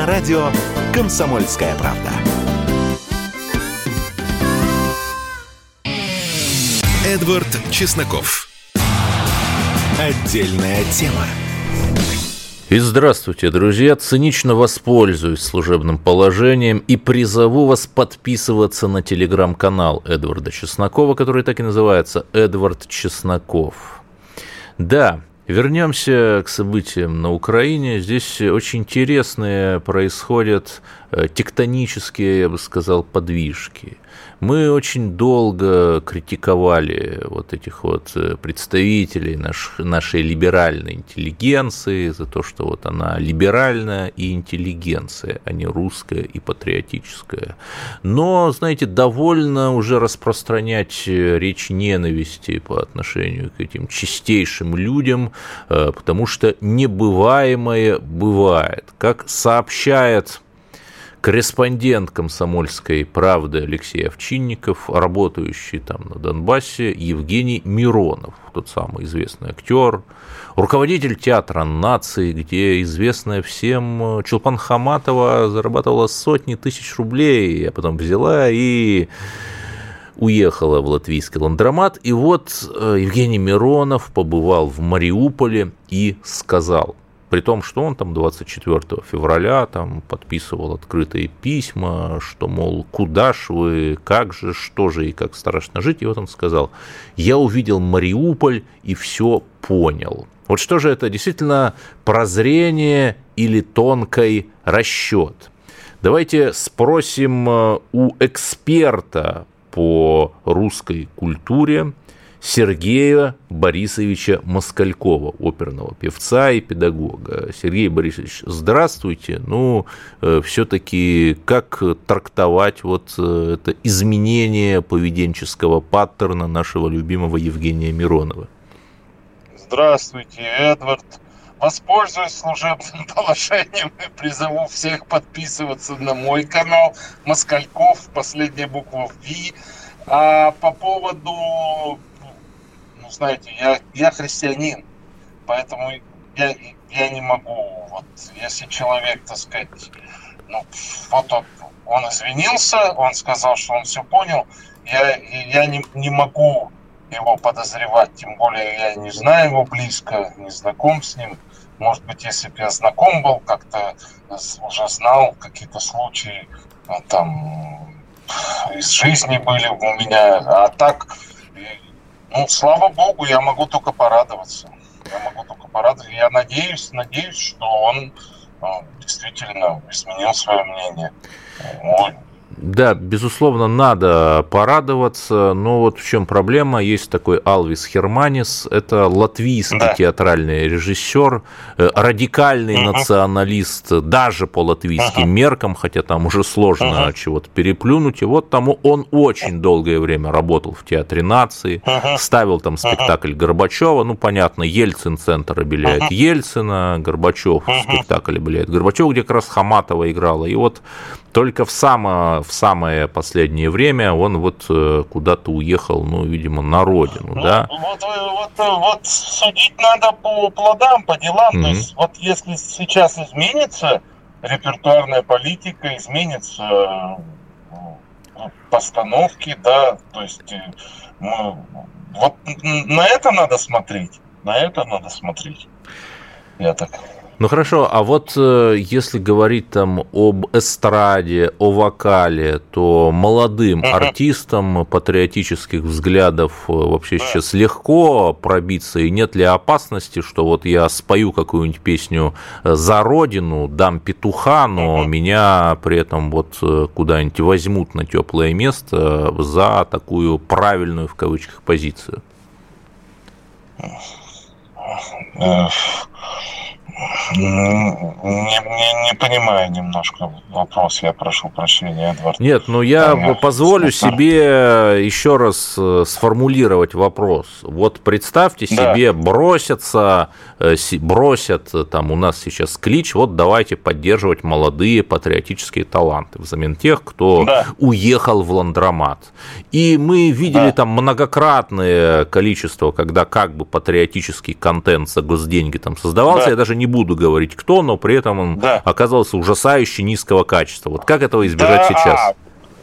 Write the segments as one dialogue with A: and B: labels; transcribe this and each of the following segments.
A: на радио «Комсомольская правда». Эдвард Чесноков. Отдельная тема.
B: И здравствуйте, друзья! Цинично воспользуюсь служебным положением и призову вас подписываться на телеграм-канал Эдварда Чеснокова, который так и называется «Эдвард Чесноков». Да, вернемся к событиям на Украине. Здесь очень интересные происходят тектонические, я бы сказал, подвижки. Мы очень долго критиковали вот этих вот представителей нашей либеральной интеллигенции за то, что вот она либеральная и интеллигенция, а не русская и патриотическая. Но, знаете, довольно уже распространять речь ненависти по отношению к этим чистейшим людям, потому что небываемое бывает. Как сообщает корреспондент «Комсомольской правды» Алексей Овчинников, работающий там на Донбассе, Евгений Миронов, тот самый известный актер, руководитель театра «Нации», где известная всем Чулпан Хаматова зарабатывала сотни тысяч рублей, а потом взяла и уехала в латвийский ландромат. И вот Евгений Миронов побывал в Мариуполе и сказал, при том, что он там 24 февраля там подписывал открытые письма, что, мол, куда ж вы, как же, что же и как страшно жить. И вот он сказал: я увидел Мариуполь и все понял. Вот что же это, действительно прозрение или тонкий расчет? Давайте спросим у эксперта по русской культуре Сергея Борисовича Москалькова, оперного певца и педагога. Сергей Борисович, здравствуйте. Все-таки как трактовать вот это изменение поведенческого паттерна нашего любимого Евгения Миронова?
C: Здравствуйте, Эдвард. Воспользуюсь служебным положением и призову всех подписываться на мой канал Москальков, последняя буква «Ви». А по поводу... знаете, я христианин, поэтому я не могу, вот, если человек, так сказать, он извинился, он сказал, что он все понял, я не могу его подозревать, тем более я не знаю его близко, не знаком с ним. Может быть, если бы я знаком был, как-то уже знал какие-то случаи, там, из жизни были у меня, а так... слава богу, я могу только порадоваться. Я надеюсь, что он действительно изменил свое мнение.
B: Да, безусловно, надо порадоваться, но вот в чем проблема. Есть такой Алвис Херманис, это латвийский театральный режиссер, радикальный националист даже по латвийским меркам, хотя там уже сложно чего-то переплюнуть. И вот тому он очень долгое время работал в театре «Нации», ставил там спектакль Горбачева. Понятно, Ельцин-центр обеляет Ельцина, Горбачев спектакль обеляет Горбачева, где как раз Хаматова играла. И вот только в самое последнее время он вот куда-то уехал, видимо, на родину, да?
C: Вот судить надо по плодам, по делам. То есть вот если сейчас изменится репертуарная политика, изменится постановки, да, то есть вот на это надо смотреть, Я так...
B: Хорошо, а вот если говорить там об эстраде, о вокале, то молодым артистам патриотических взглядов вообще сейчас легко пробиться, и нет ли опасности, что вот я спою какую-нибудь песню за родину, дам петуха, но меня при этом вот куда-нибудь возьмут на теплое место за такую правильную в кавычках позицию?
C: Не понимаю немножко вопрос, я прошу прощения, Эдвард.
B: Нет, я позволю себе еще раз сформулировать вопрос. Вот представьте себе, бросят там у нас сейчас клич, вот давайте поддерживать молодые патриотические таланты взамен тех, кто уехал в ландромат. И мы видели там многократное количество, когда как бы патриотический контент за госденьги там создавался, я даже не буду буду говорить кто, но при этом он оказался ужасающе низкого качества. Вот как этого избежать сейчас?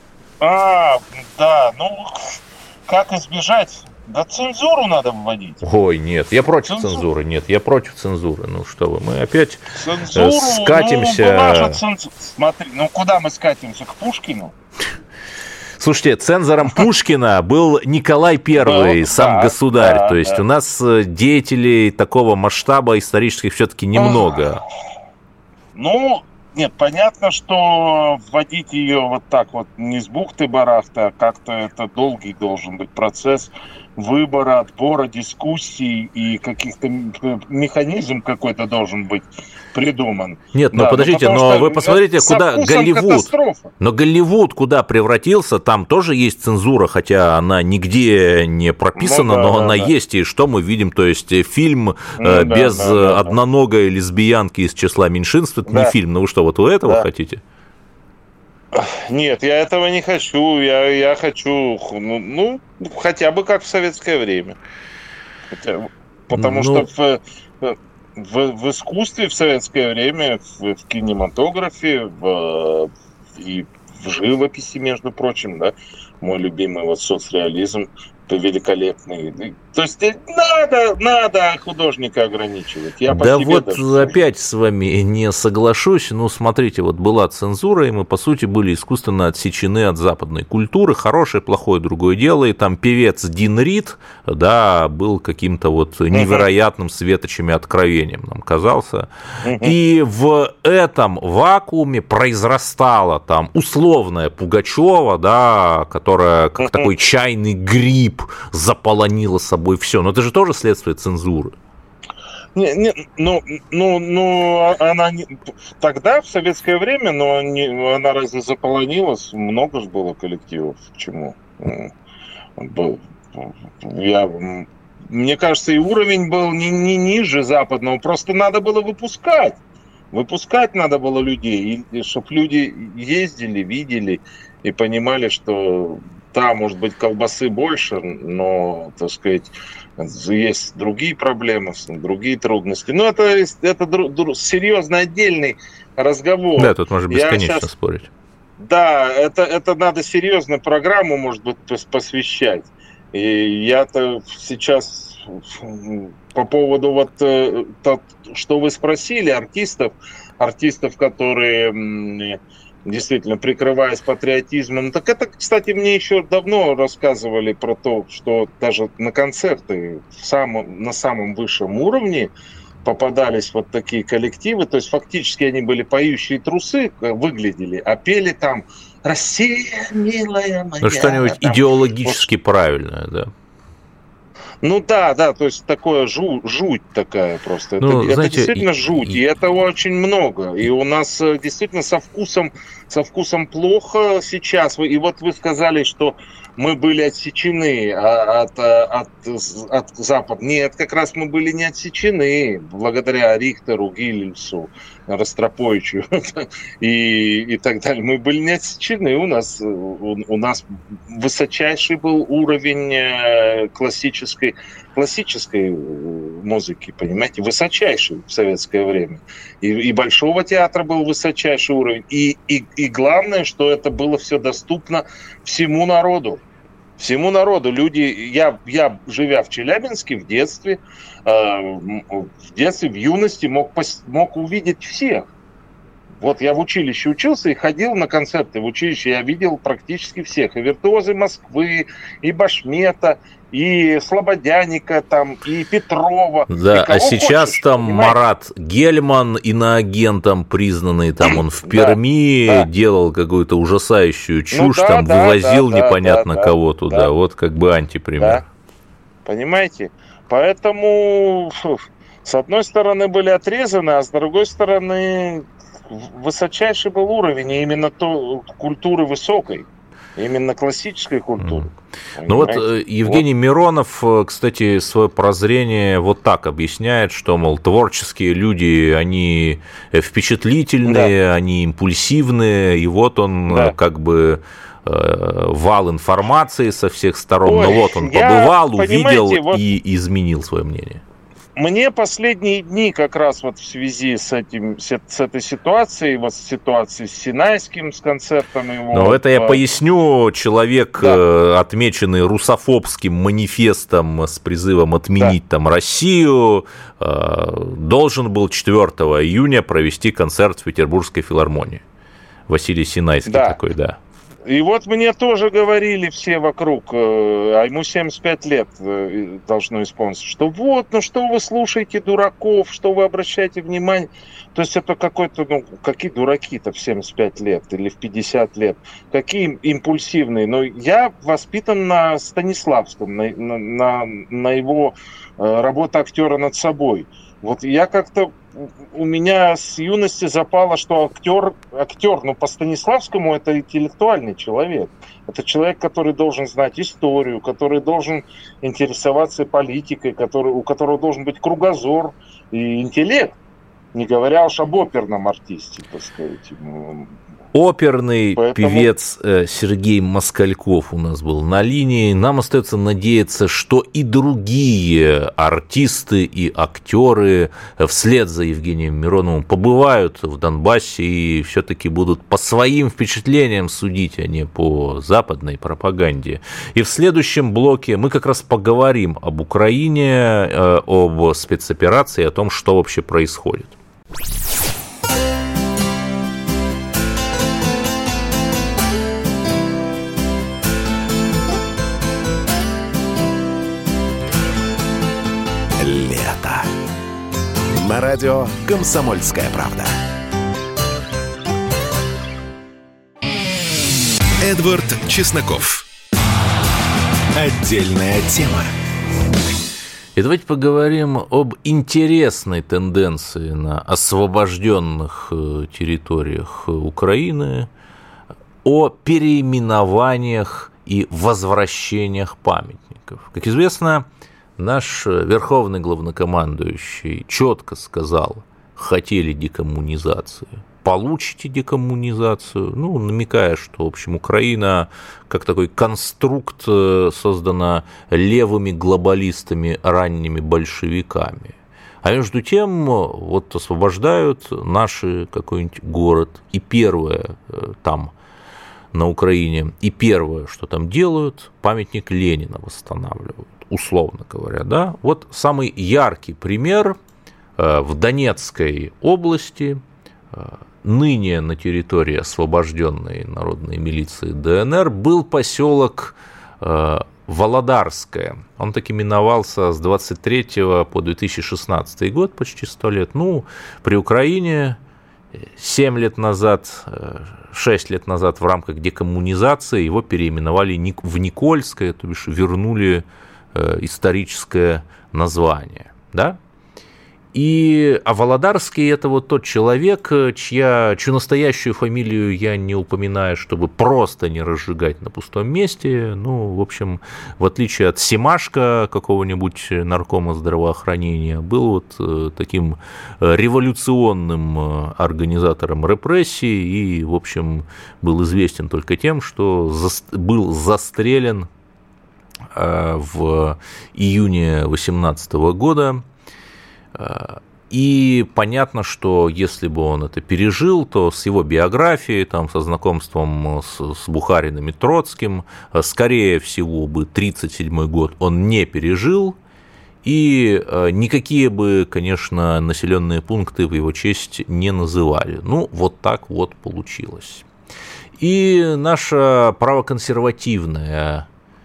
C: Да, ну, как избежать? Да цензуру надо вводить.
B: Ой, нет, я против цензуры. Нет, я против цензуры. Ну что вы, мы опять скатимся...
C: Смотри, ну куда мы скатимся? К Пушкину?
B: Слушайте, цензором Пушкина был Николай I, сам государь. То есть у нас деятелей такого масштаба исторических все-таки немного.
C: Ну, нет, понятно, что вводить ее вот так вот не с бухты-барахты, а как-то это долгий должен быть процесс выбора, отбора, дискуссий, и каких-то механизм какой-то должен быть придуман.
B: Нет, но подождите, но вы посмотрите, куда Голливуд. Но Голливуд куда превратился, там тоже есть цензура, хотя она нигде не прописана, но она есть. И что мы видим? То есть фильм без одноногой лесбиянки из числа меньшинств, это не фильм. Ну вы что, вот вы этого хотите?
C: Нет, я этого не хочу. Я хочу, ну, хотя бы как в советское время. Потому что в искусстве в советское время, в кинематографе и в живописи, между прочим, да, мой любимый вот соцреализм великолепный. То есть надо художника ограничивать.
B: Да вот опять с вами не соглашусь. Ну, смотрите, вот была цензура, и мы, по сути, были искусственно отсечены от западной культуры. Хорошее, плохое, другое дело. И там певец Дин Рид, да, был каким-то вот невероятным светочем и откровением, нам казался. И в этом вакууме произрастала там условная Пугачева, да, которая как такой чайный гриб заполонила собой все. Но это же тоже следствие цензуры.
C: Она тогда, в советское время, но она разве заполонилась? Много же было коллективов. Почему? Мне кажется, и уровень был не ниже западного. Просто надо было выпускать. Выпускать надо было людей, чтобы люди ездили, видели и понимали, что да, может быть, колбасы больше, но, так сказать, есть другие проблемы, другие трудности. Но это серьезно отдельный разговор.
B: Да, тут можно бесконечно спорить.
C: Да, это надо серьезную программу, может быть, посвящать. И я-то сейчас по поводу вот что вы спросили, артистов, которые действительно прикрываясь патриотизмом. Так это, кстати, мне еще давно рассказывали про то, что даже на концерты на самом высшем уровне попадались вот такие коллективы. То есть фактически они были поющие трусы, выглядели, а пели там «Россия, милая моя».
B: Ну, что-нибудь идеологически правильное, да.
C: Ну да, то есть такое жуть такая просто. Это действительно жуть, и этого очень много. И у нас действительно со вкусом плохо сейчас. И вот вы сказали, что мы были отсечены от Запада. Нет, как раз мы были не отсечены благодаря Рихтеру, Гиллельсу, Ростроповичу и так далее. Мы были не отсечены. У нас высочайший был уровень классической музыки, понимаете, высочайший в советское время. И Большого театра был высочайший уровень. И главное, что это было все доступно всему народу. Всему народу. Люди, я живя в Челябинске, в детстве, в юности мог увидеть всех. Вот я в училище учился и ходил на концерты в училище, я видел практически всех. И виртуозы Москвы, и Башмета, и Слободяника, там, и Петрова.
B: Да, а сейчас хочешь, там понимаете? Марат Гельман, иноагентом признанный, там он в Перми делал какую-то ужасающую чушь, вывозил непонятно кого туда. Да. Вот как бы антипример. Да.
C: Понимаете? Поэтому с одной стороны были отрезаны, а с другой стороны высочайший был уровень, и именно культуры высокой. Именно классической культуры.
B: Ну вот Евгений Миронов, кстати, свое прозрение вот так объясняет, что, мол, творческие люди, они впечатлительные, они импульсивные, и вот он как бы вал информации со всех сторон, но вот он побывал, увидел и изменил свое мнение.
C: Мне последние дни как раз вот в связи с этой ситуацией, вот с ситуацией с Синайским, с концертом его...
B: Но это я поясню, человек, отмеченный русофобским манифестом с призывом отменить там Россию, должен был 4 июня провести концерт в Петербургской филармонии. Василий Синайский такой, да.
C: И вот мне тоже говорили все вокруг, а ему 75 лет должно исполниться, что вот, ну что вы слушаете дураков, что вы обращаете внимание. То есть это какой-то, ну, какие дураки-то в 75 лет или в 50 лет, какие импульсивные. Но я воспитан на Станиславском, на его работе актера над собой. Вот я как-то, у меня с юности запало, что актер, ну, по Станиславскому это интеллектуальный человек. Это человек, который должен знать историю, который должен интересоваться политикой, у которого должен быть кругозор и интеллект. Не говоря уж об оперном артисте, так сказать.
B: Оперный певец Сергей Москальков у нас был на линии. Нам остается надеяться, что и другие артисты и актеры вслед за Евгением Мироновым побывают в Донбассе и все-таки будут по своим впечатлениям судить, а не по западной пропаганде. И в следующем блоке мы как раз поговорим об Украине, об спецоперации, о том, что вообще происходит.
A: Лето. На радио «Комсомольская правда». Эдвард Чесноков. Отдельная тема.
B: И давайте поговорим об интересной тенденции на освобожденных территориях Украины, о переименованиях и возвращениях памятников. Как известно, наш верховный главнокомандующий четко сказал: хотели декоммунизации, получите декоммунизацию, ну, намекая, что, в общем, Украина как такой конструкт создана левыми глобалистами, ранними большевиками. А между тем, вот освобождают наши какой-нибудь город, и первое там, на Украине, и первое, что там делают, памятник Ленина восстанавливают, условно говоря, да. Вот самый яркий пример в Донецкой области, ныне на территории освобожденной народной милиции ДНР, был поселок Володарское. Он так именовался с 23 по 2016 год, почти 100 лет. Ну, при Украине 7 лет назад, 6 лет назад в рамках декоммунизации его переименовали в Никольское, то бишь вернули историческое название, да? А Володарский – это вот тот человек, чью настоящую фамилию я не упоминаю, чтобы просто не разжигать на пустом месте. Ну, в общем, в отличие от Семашко, какого-нибудь наркома здравоохранения, был вот таким революционным организатором репрессий и, в общем, был известен только тем, что был застрелен в июне 2018 года. И понятно, что если бы он это пережил, то с его биографией, там, со знакомством с Бухариным и Троцким, скорее всего бы 1937 год он не пережил, и никакие бы, конечно, населенные пункты в его честь не называли. Ну, вот так вот получилось. И наше правоконсервативное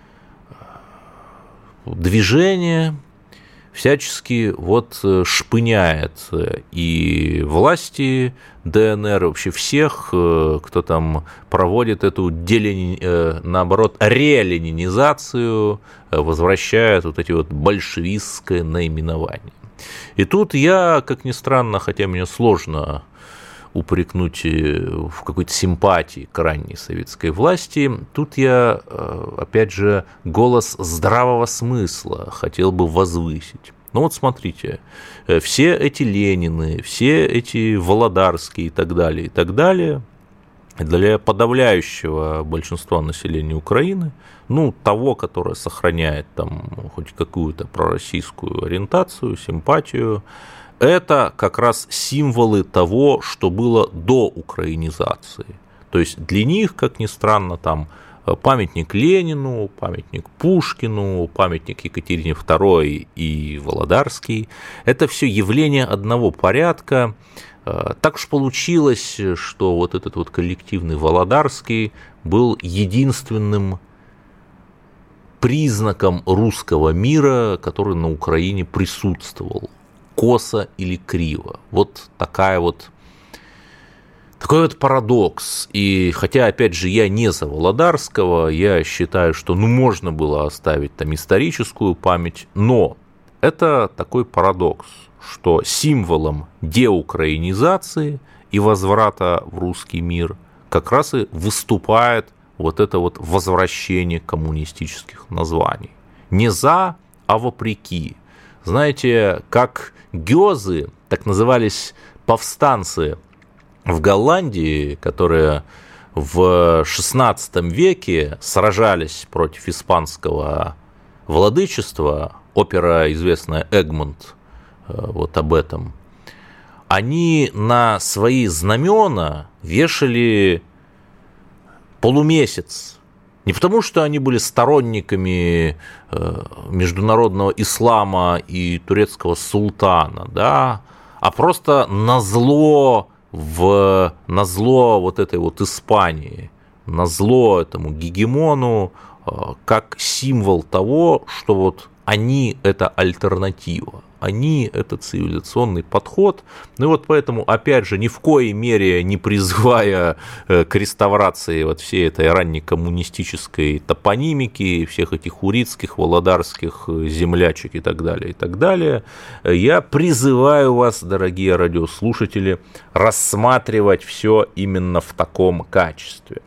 B: движение всячески вот шпыняет и власти ДНР, вообще всех, кто там проводит эту, наоборот, реленинизацию, возвращает вот эти вот большевистское наименование. И тут я, как ни странно, хотя мне сложно упрекнуть в какой-то симпатии к ранней советской власти, тут я, опять же, голос здравого смысла хотел бы возвысить. Ну вот смотрите, все эти Ленины, все эти Володарские и так далее, для подавляющего большинства населения Украины, того, которое сохраняет там хоть какую-то пророссийскую ориентацию, симпатию, это как раз символы того, что было до украинизации. То есть для них, как ни странно, там памятник Ленину, памятник Пушкину, памятник Екатерине II и Володарский – это все явления одного порядка. Так уж получилось, что вот этот вот коллективный Володарский был единственным признаком русского мира, который на Украине присутствовал, косо или криво. Вот такой вот парадокс. И хотя, опять же, я не за Володарского, я считаю, что можно было оставить там историческую память, но это такой парадокс, что символом деукраинизации и возврата в русский мир как раз и выступает вот это вот возвращение коммунистических названий. Не за, а вопреки. Знаете, как гёзы, так назывались повстанцы в Голландии, которые в XVI веке сражались против испанского владычества, опера известная «Эгмонт», вот об этом, они на свои знамена вешали полумесяц. Не потому, что они были сторонниками международного ислама и турецкого султана, да, а просто назло вот этой вот Испании, назло этому гегемону, как символ того, что вот они – это альтернатива, они – это цивилизационный подход. Ну и вот поэтому, опять же, ни в коей мере не призывая к реставрации вот всей этой раннекоммунистической топонимики, всех этих урицких, володарских землячек и так далее, я призываю вас, дорогие радиослушатели, рассматривать все именно в таком качестве.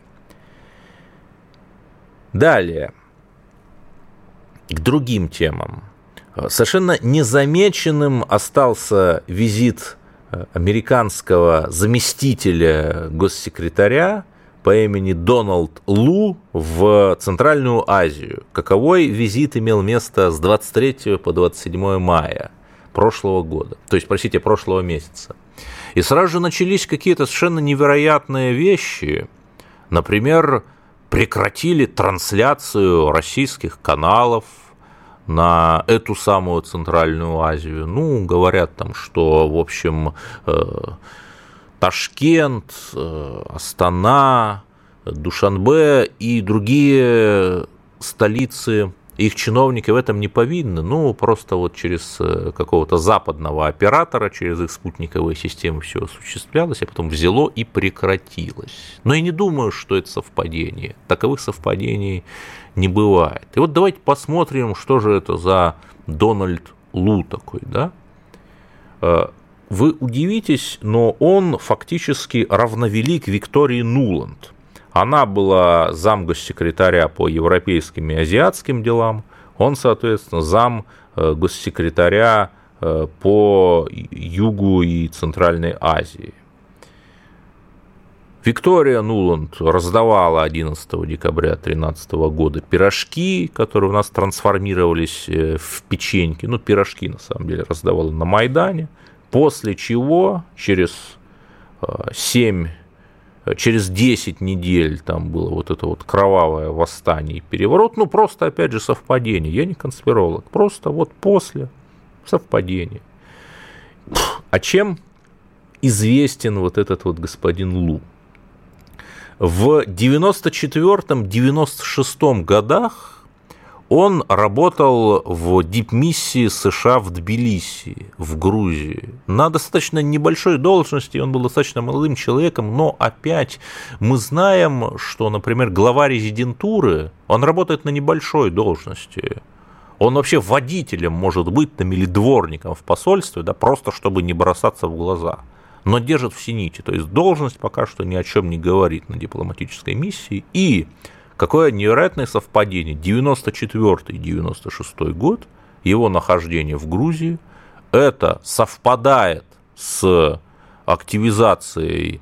B: Далее. К другим темам. Совершенно незамеченным остался визит американского заместителя госсекретаря по имени Дональд Лу в Центральную Азию. Каковой визит имел место с 23 по 27 мая прошлого месяца. И сразу же начались какие-то совершенно невероятные вещи. Например, прекратили трансляцию российских каналов на эту самую Центральную Азию. Говорят там, что, в общем, Ташкент, Астана, Душанбе и другие столицы, их чиновники в этом не повинны, просто вот через какого-то западного оператора, через их спутниковые системы все осуществлялось, а потом взяло и прекратилось. Но я не думаю, что это совпадение. Таковых совпадений не бывает. И вот давайте посмотрим, что же это за Дональд Лу такой, да? Вы удивитесь, но он фактически равновелик Виктории Нуланд. Она была замгоссекретаря по европейским и азиатским делам, он, соответственно, зам госсекретаря по Югу и Центральной Азии. Виктория Нуланд раздавала 11 декабря 2013 года пирожки, которые у нас трансформировались в печеньки. Пирожки, на самом деле, раздавала на Майдане. После чего через 10 недель там было вот это вот кровавое восстание и переворот. Просто, опять же, совпадение. Я не конспиролог. Просто вот после совпадение. А чем известен вот этот вот господин Лу? В 94-96 годах он работал в дипмиссии США в Тбилиси, в Грузии, на достаточно небольшой должности, он был достаточно молодым человеком, но опять мы знаем, что, например, глава резидентуры, он работает на небольшой должности, он вообще водителем может быть там или дворником в посольстве, да, просто чтобы не бросаться в глаза, но держит в сините, то есть должность пока что ни о чем не говорит на дипломатической миссии. И какое невероятное совпадение, 94 и 96 год, его нахождение в Грузии, это совпадает с активизацией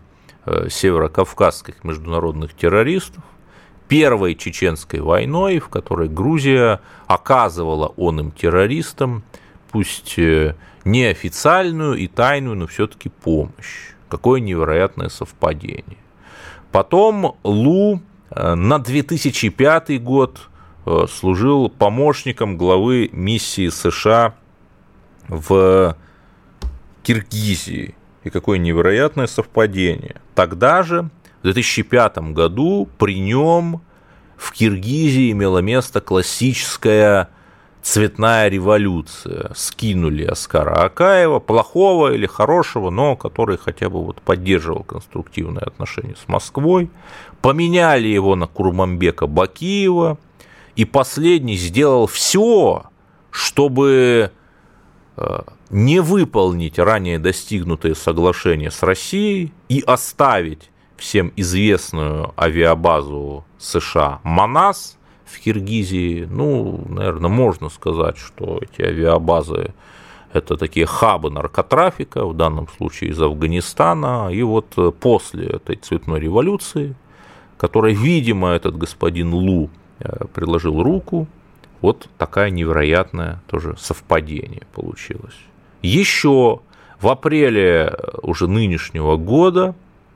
B: северокавказских международных террористов, Первой чеченской войной, в которой Грузия оказывала им террористам, пусть неофициальную и тайную, но все-таки помощь. Какое невероятное совпадение. Потом Лу на 2005 год служил помощником главы миссии США в Киргизии. И какое невероятное совпадение. Тогда же, в 2005 году, при нем в Киргизии имела место классическая цветная революция. Скинули Аскара Акаева, плохого или хорошего, но который хотя бы поддерживал конструктивные отношения с Москвой. Поменяли его на Курманбека Бакиева, и последний сделал все, чтобы не выполнить ранее достигнутые соглашения с Россией и оставить всем известную авиабазу США Манас в Киргизии. Наверное, можно сказать, что эти авиабазы – это такие хабы наркотрафика, в данном случае из Афганистана. И после этой цветной революции, которой, видимо, этот господин Лу предложил руку, такая невероятное тоже совпадение получилось. Еще в апреле уже нынешнего года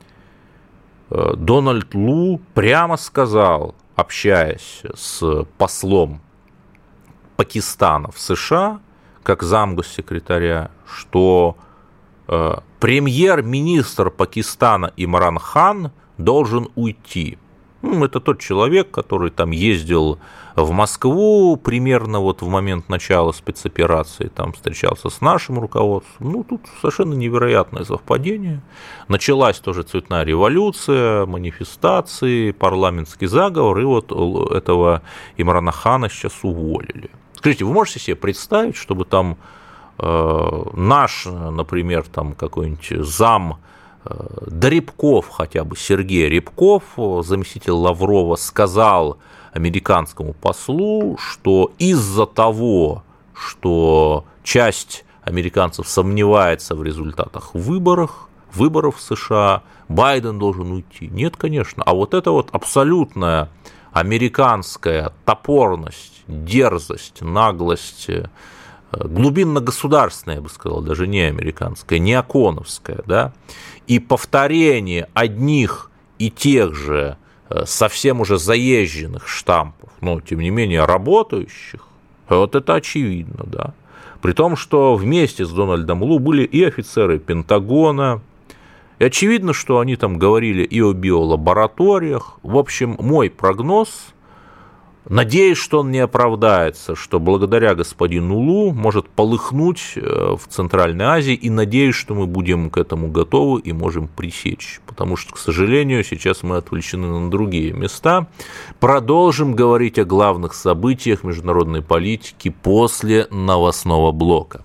B: Дональд Лу прямо сказал, общаясь с послом Пакистана в США, как замгоссекретаря, что премьер-министр Пакистана Имран Хан должен уйти. Это тот человек, который там ездил в Москву примерно в момент начала спецоперации, там встречался с нашим руководством. Тут совершенно невероятное совпадение. Началась тоже цветная революция, манифестации, парламентский заговор, и этого Имрана Хана сейчас уволили. Скажите, вы можете себе представить, чтобы там наш, например, там какой-нибудь зам Рябков, хотя бы Сергей Рябков, заместитель Лаврова, сказал американскому послу, что из-за того, что часть американцев сомневается в результатах выборов в США, Байден должен уйти? Нет, конечно. А эта абсолютная американская топорность, дерзость, наглость, глубинно-государственная, я бы сказал, даже не американская, не оконовская, да, и повторение одних и тех же совсем уже заезженных штампов, но, тем не менее, работающих, это очевидно, да. При том, что вместе с Дональдом Лу были и офицеры Пентагона, и очевидно, что они там говорили и о биолабораториях. В общем, мой прогноз, надеюсь, что он не оправдается, что благодаря господину Лу может полыхнуть в Центральной Азии, и надеюсь, что мы будем к этому готовы и можем пресечь, потому что, к сожалению, сейчас мы отвлечены на другие места. Продолжим говорить о главных событиях международной политики после новостного блока.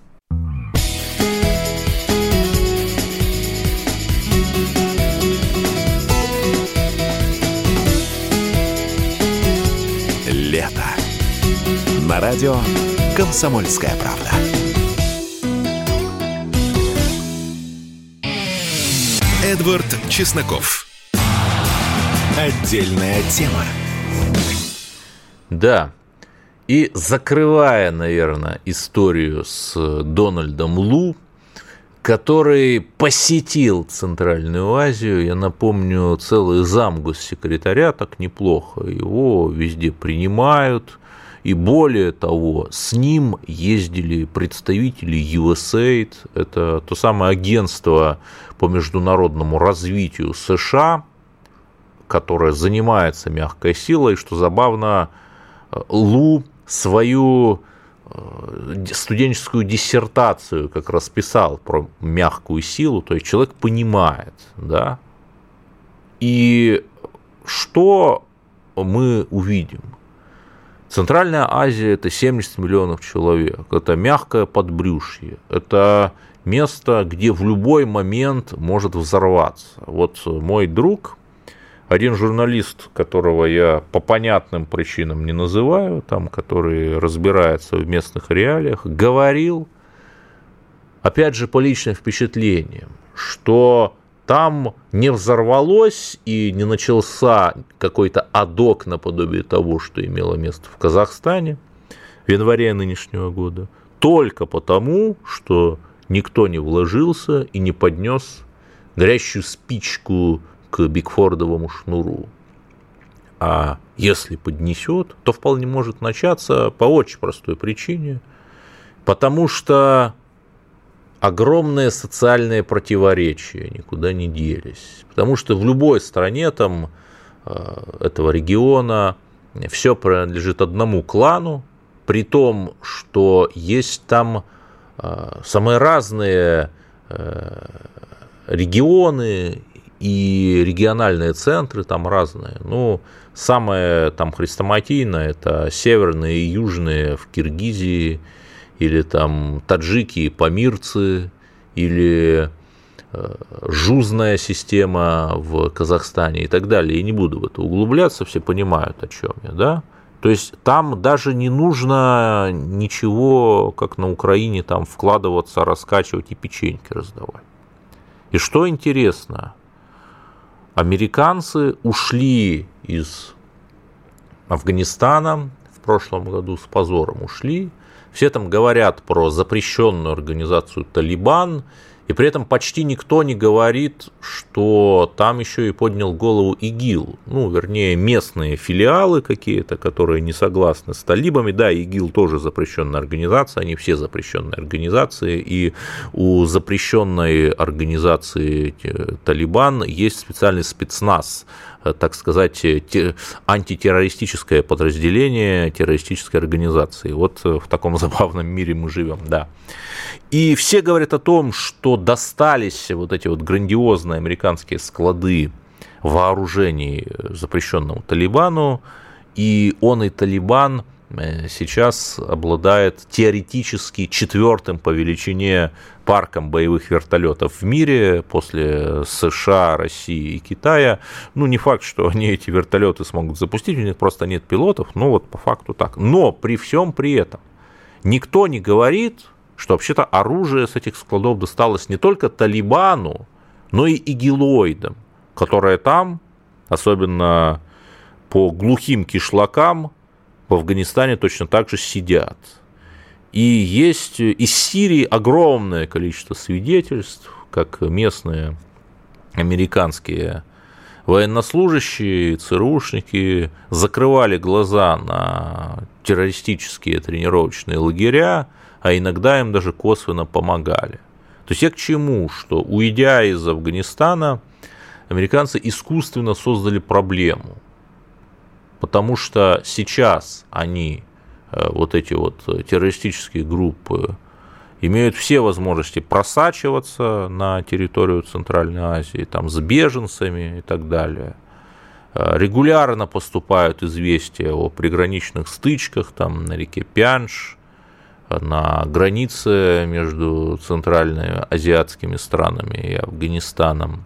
A: Лето. На радио «Комсомольская правда». Эдвард Чесноков. Отдельная тема.
B: Да. И закрывая, наверное, историю с Дональдом Лу, который посетил Центральную Азию, я напомню, целый замгоссекретаря, так неплохо, его везде принимают, и более того, с ним ездили представители USAID, это то самое агентство по международному развитию США, которое занимается мягкой силой, что забавно, Лу свою студенческую диссертацию как раз писал про мягкую силу, то есть человек понимает, да. И что мы увидим? Центральная Азия – это 70 миллионов человек, это мягкое подбрюшье, это место, где в любой момент может взорваться. Мой друг, один журналист, которого я по понятным причинам не называю, там, который разбирается в местных реалиях, говорил, опять же, по личным впечатлениям, что там не взорвалось и не начался какой-то адок наподобие того, что имело место в Казахстане в январе нынешнего года, только потому, что никто не вложился и не поднес горящую спичку к Бигфордовому шнуру. А если поднесет, то вполне может начаться по очень простой причине, потому что огромные социальные противоречия никуда не делись. Потому что в любой стране там, этого региона все принадлежит одному клану, при том, что есть там самые разные регионы и региональные центры там разные. Ну, самое там хрестоматийное – это северные и южные в Киргизии, или там таджики и памирцы, или жузная система в Казахстане и так далее. И не буду в это углубляться, все понимают, о чем я, да? То есть там даже не нужно ничего, как на Украине, там вкладываться, раскачивать и печеньки раздавать. И что интересно, американцы ушли из Афганистана в прошлом году, с позором ушли. Все там говорят про запрещенную организацию «Талибан», и при этом почти никто не говорит, что там еще и поднял голову ИГИЛ. Ну, вернее, местные филиалы какие-то, которые не согласны с талибами. Да, ИГИЛ тоже запрещенная организация, они все запрещенные организации, и у запрещенной организации «Талибан» есть специальный спецназ, так сказать, антитеррористическое подразделение террористической организации. Вот в таком забавном мире мы живем, да. И все говорят о том, что достались вот эти вот грандиозные американские склады вооружений запрещенному Талибану, и он и Талибан сейчас обладает теоретически 4-м по величине парком боевых вертолетов в мире после США, России и Китая. Ну, не факт, что они эти вертолеты смогут запустить, у них просто нет пилотов, но вот по факту так. Но при всем при этом никто не говорит, что вообще-то оружие с этих складов досталось не только Талибану, но и игилоидам, которые там, особенно по глухим кишлакам, в Афганистане точно так же сидят. И есть из Сирии огромное количество свидетельств, как местные американские военнослужащие, ЦРУшники закрывали глаза на террористические тренировочные лагеря, а иногда им даже косвенно помогали. То есть я к чему? Что, уйдя из Афганистана, американцы искусственно создали проблему. Потому что сейчас они, вот эти вот террористические группы, имеют все возможности просачиваться на территорию Центральной Азии, там, с беженцами и так далее. Регулярно поступают известия о приграничных стычках там, на реке Пянш, на границе между центральноазиатскими странами и Афганистаном.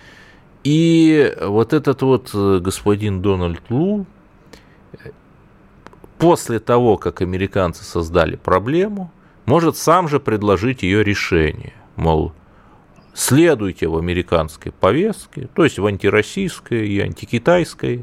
B: И вот этот вот господин Дональд Лу, после того, как американцы создали проблему, может сам же предложить ее решение. Мол, следуйте в американской повестке, то есть в антироссийской и антикитайской,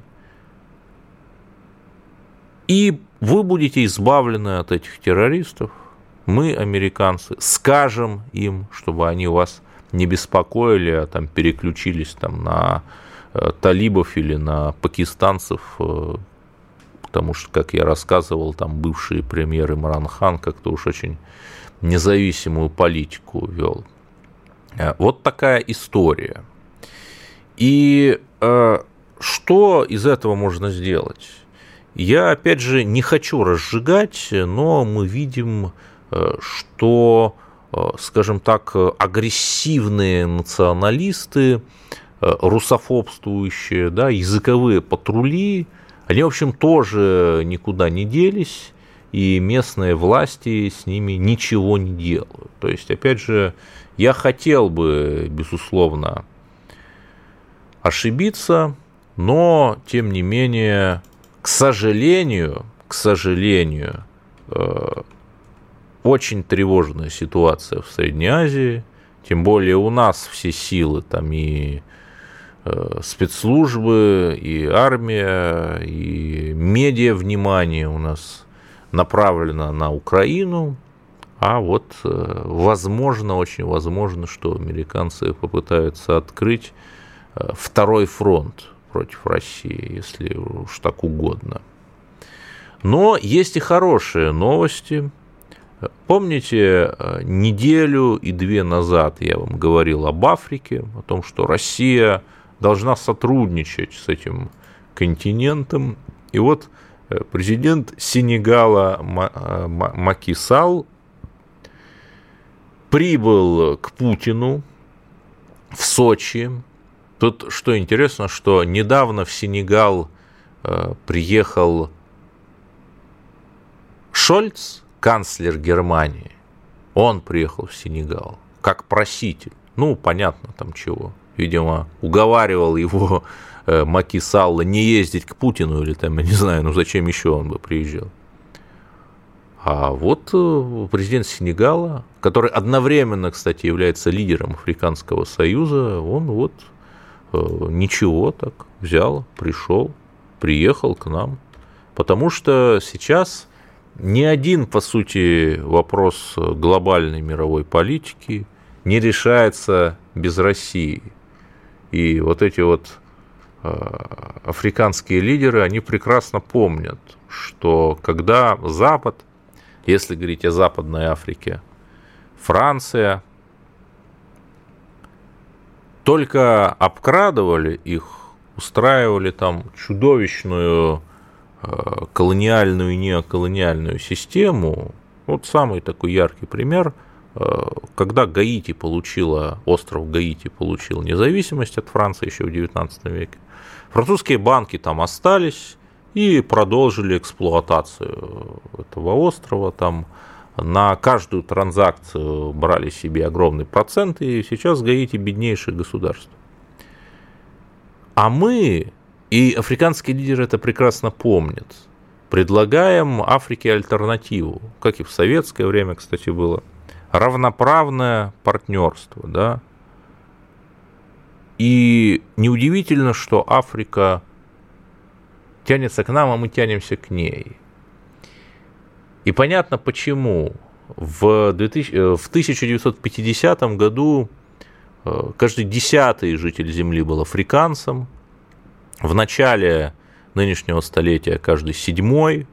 B: и вы будете избавлены от этих террористов. Мы, американцы, скажем им, чтобы они вас не беспокоили, а там переключились там, на талибов или на пакистанцев, потому что, как я рассказывал, там бывший премьер Имран Хан как-то уж очень независимую политику вел. Вот такая история. И что из этого можно сделать? Я, опять же, не хочу разжигать, но мы видим, что, скажем так, агрессивные националисты, русофобствующие, да, языковые патрули, они, в общем, тоже никуда не делись, и местные власти с ними ничего не делают. То есть, опять же, я хотел бы, безусловно, ошибиться, но, тем не менее, к сожалению, очень тревожная ситуация в Средней Азии, Тем более у нас все силы, там и спецслужбы, и армия, и медиа внимание у нас направлено на Украину, а вот возможно, очень возможно, что американцы попытаются открыть второй фронт против России, если уж так угодно. Но есть и хорошие новости. Помните, неделю и две назад я вам говорил об Африке, о том, что Россия должна сотрудничать с этим континентом. И вот президент Сенегала Маки Салл прибыл к Путину в Сочи. Тут что интересно, что недавно в Сенегал приехал Шольц, канцлер Германии. Он приехал в Сенегал как проситель. Ну, понятно там чего. Видимо, уговаривал его Маки Салл не ездить к Путину, или там, я не знаю, ну зачем еще он бы приезжал. А вот президент Сенегала, который одновременно, кстати, является лидером Африканского союза, он вот ничего так взял, пришел, приехал к нам. Потому что сейчас ни один, по сути, вопрос глобальной мировой политики не решается без России. И вот эти вот африканские лидеры, они прекрасно помнят, что когда Запад, если говорить о Западной Африке, Франция, только обкрадывали их, устраивали там чудовищную колониальную и неоколониальную систему. Вот самый такой яркий пример, когда остров Гаити получил независимость от Франции еще в XIX веке. Французские банки там остались и продолжили эксплуатацию этого острова. Там на каждую транзакцию брали себе огромный процент, и сейчас Гаити беднейшее государство. А мы, и африканские лидеры это прекрасно помнят, предлагаем Африке альтернативу, как и в советское время, кстати, было, равноправное партнерство, да. И неудивительно, что Африка тянется к нам, а мы тянемся к ней. И понятно почему. В 1950 году каждый 10-й житель Земли был африканцем. В начале нынешнего столетия каждый 7-й.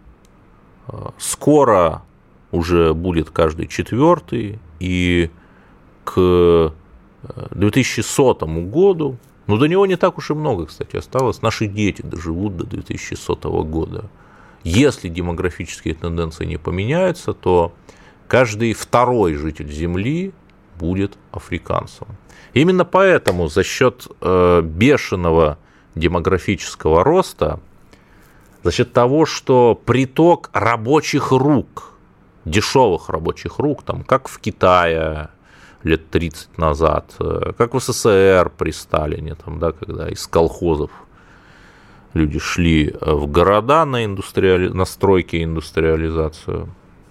B: Скоро уже будет каждый 4-й. И к 2100 году, ну до него не так уж и много, кстати, осталось. Наши дети доживут до 2100 года. Если демографические тенденции не поменяются, то каждый 2-й житель Земли будет африканцем. Именно поэтому за счет бешеного демографического роста, за счет того, что приток рабочих рук, дешевых рабочих рук, там, как в Китае лет 30 назад, как в СССР при Сталине, там, да, когда из колхозов люди шли в города на стройки и индустриализацию.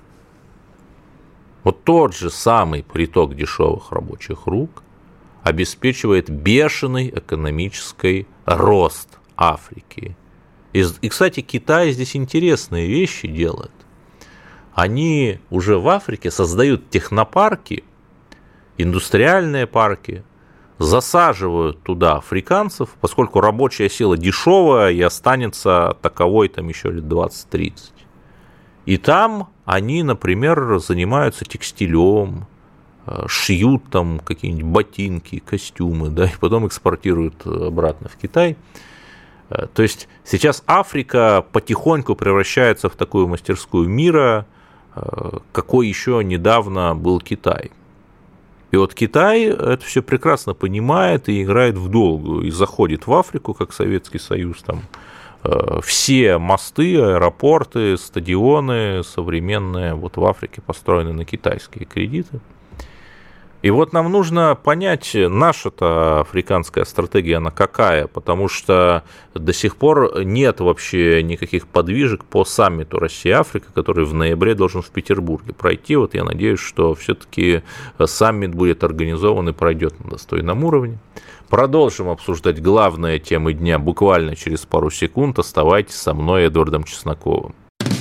B: Вот тот же самый приток дешевых рабочих рук обеспечивает бешеный экономический рост Африки. И, кстати, Китай здесь интересные вещи делает. Они уже в Африке создают технопарки, индустриальные парки, засаживают туда африканцев, поскольку рабочая сила дешевая и останется таковой там еще лет 20-30. И там они, например, занимаются текстилем, шьют там какие-нибудь ботинки, костюмы, да, и потом экспортируют обратно в Китай. То есть сейчас Африка потихоньку превращается в такую мастерскую мира, какой еще недавно был Китай. И вот Китай это все прекрасно понимает и играет в долгую, и заходит в Африку, как Советский Союз, там все мосты, аэропорты, стадионы современные вот в Африке построены на китайские кредиты. И вот нам нужно понять, наша-то африканская стратегия, она какая, потому что до сих пор нет вообще никаких подвижек по саммиту Россия-Африка, который в ноябре должен в Петербурге пройти. Вот я надеюсь, что все-таки саммит будет организован и пройдет на достойном уровне. Продолжим обсуждать главные темы дня буквально через пару секунд. Оставайтесь со мной, Эдвардом Чесноковым.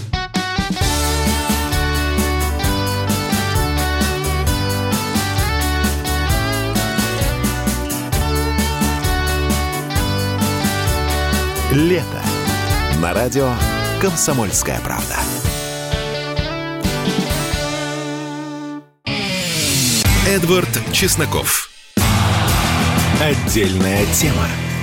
A: Лето. На радио «Комсомольская правда». Эдвард Чесноков. Отдельная тема.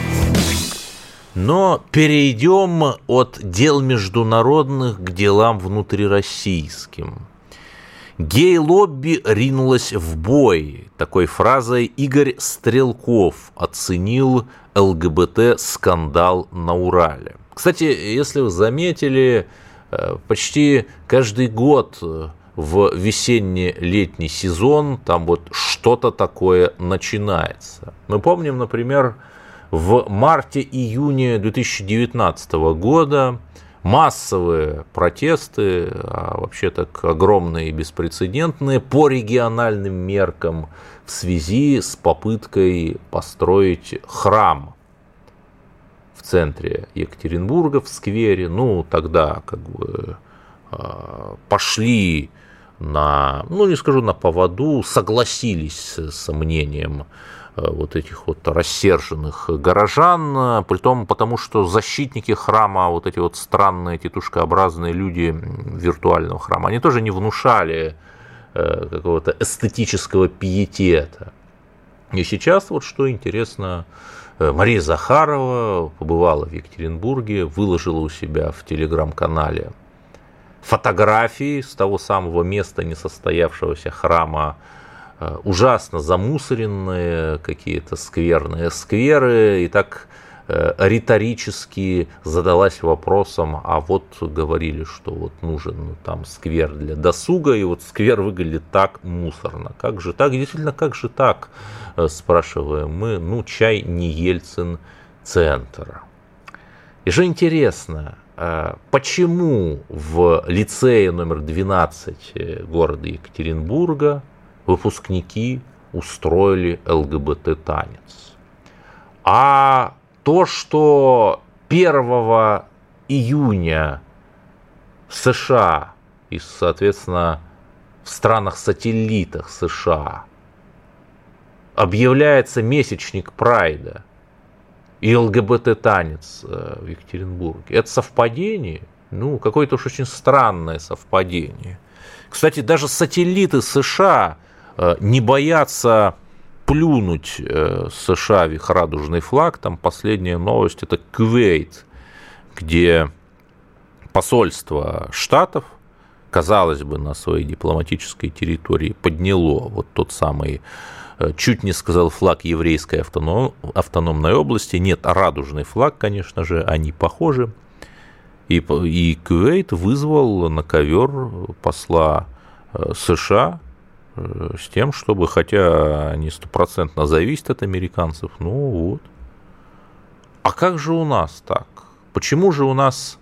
B: Но перейдем от дел международных к делам внутрироссийским. Гей-лобби ринулась в бой. Такой фразой Игорь Стрелков оценил ЛГБТ-скандал на Урале. Кстати, если вы заметили, почти каждый год в весенне-летний сезон там вот что-то такое начинается. Мы помним, например, в марте-июне 2019 года массовые протесты, а вообще так огромные и беспрецедентные, по региональным меркам в связи с попыткой построить храм в центре Екатеринбурга, в сквере. Ну, тогда как бы пошли на, ну, не скажу на поводу, согласились с мнением вот этих вот рассерженных горожан, притом потому, что защитники храма, вот эти вот странные тетушкообразные люди виртуального храма, они тоже не внушали какого-то эстетического пиетета. И сейчас вот что интересно, Мария Захарова побывала в Екатеринбурге, выложила у себя в телеграм-канале фотографии с того самого места несостоявшегося храма, ужасно замусоренные какие-то скверные скверы, и так риторически задалась вопросом, а вот говорили, что вот нужен там сквер для досуга, и вот сквер выглядит так мусорно. Как же так? Действительно, как же так? Спрашиваем мы. Ну, чай не Ельцин-центр. И же интересно, почему в лицее номер 12 города Екатеринбурга выпускники устроили ЛГБТ-танец? А то, что 1 июня в США и, соответственно, в странах-сателлитах США объявляется месячник Прайда и ЛГБТ-танец в Екатеринбурге, это совпадение? Ну, какое-то уж очень странное совпадение. Кстати, даже сателлиты США не боятся плюнуть США в их радужный флаг. Там последняя новость — это Кувейт, где посольство Штатов, казалось бы, на своей дипломатической территории подняло вот тот самый, чуть не сказал, флаг еврейской автономной области. Нет, радужный флаг, конечно же, они похожи. И Кувейт вызвал на ковер посла США с тем, чтобы, хотя они 100% зависят от американцев, ну вот. А как же у нас так? Почему же у нас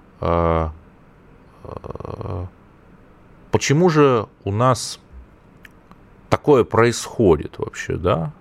B: такое происходит вообще, да?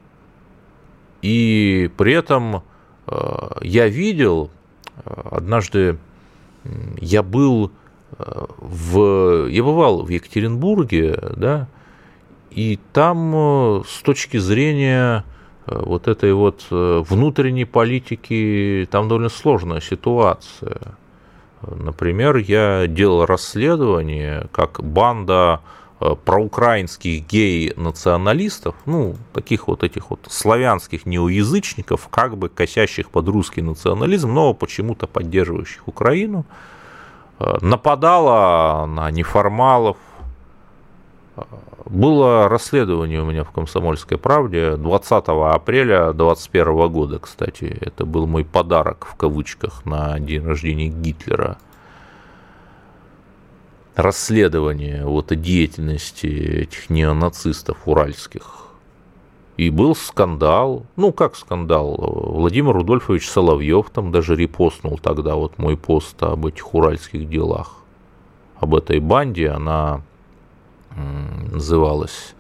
B: И при этом я видел однажды, я бывал в Екатеринбурге, да, и там с точки зрения вот этой вот внутренней политики там довольно сложная ситуация. Например, я делал расследование, как банда проукраинских гей-националистов, ну, таких вот этих вот славянских неоязычников, как бы косящих под русский национализм, но почему-то поддерживающих Украину, нападала на неформалов. Было расследование у меня в «Комсомольской правде» 20 апреля 2021 года, кстати. Это был мой подарок, в кавычках, на день рождения Гитлера. расследование вот деятельности этих неонацистов уральских. И был скандал, ну как скандал, Владимир Рудольфович Соловьев там даже репостнул тогда вот мой пост об этих уральских делах, об этой банде, она называлась,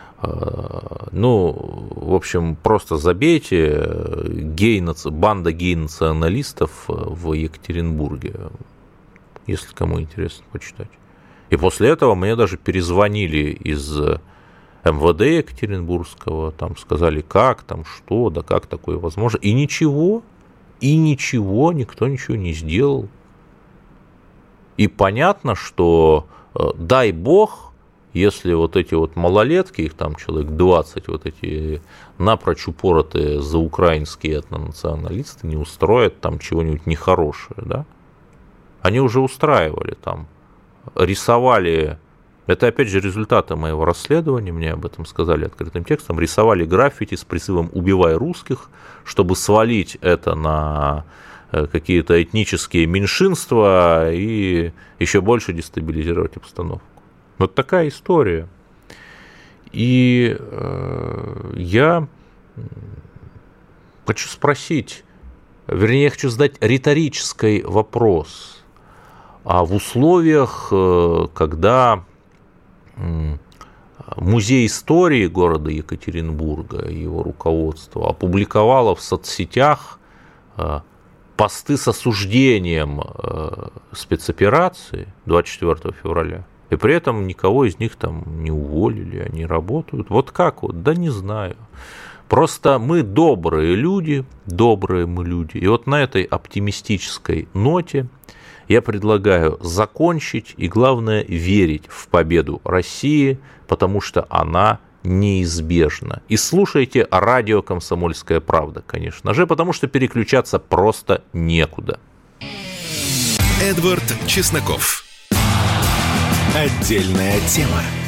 B: ну, в общем, просто забейте банда гей-националистов в Екатеринбурге, если кому интересно почитать. И после этого мне даже перезвонили из МВД Екатеринбургского, там сказали, как, там что, да как такое возможно. И ничего, никто ничего не сделал. И понятно, что дай бог, если вот эти вот малолетки, их там человек 20, вот эти напрочь упоротые заукраинские этнонационалисты не устроят там чего-нибудь нехорошее, да? Они уже устраивали там, рисовали. Это, опять же, результаты моего расследования, мне об этом сказали открытым текстом, рисовали граффити с призывом «убивай русских», чтобы свалить это на какие-то этнические меньшинства и еще больше дестабилизировать обстановку. Вот такая история. И я хочу спросить, вернее, я хочу задать риторический вопрос. А в условиях, когда Музей истории города Екатеринбурга и его руководство опубликовало в соцсетях посты с осуждением спецоперации 24 февраля, и при этом никого из них там не уволили, они работают. Вот как вот? Да не знаю. Просто мы добрые люди, и вот на этой оптимистической ноте я предлагаю закончить и, главное, верить в победу России, потому что она неизбежна. И слушайте радио «Комсомольская правда», конечно же, потому что переключаться просто некуда.
A: Эдвард Чесноков. Отдельная тема.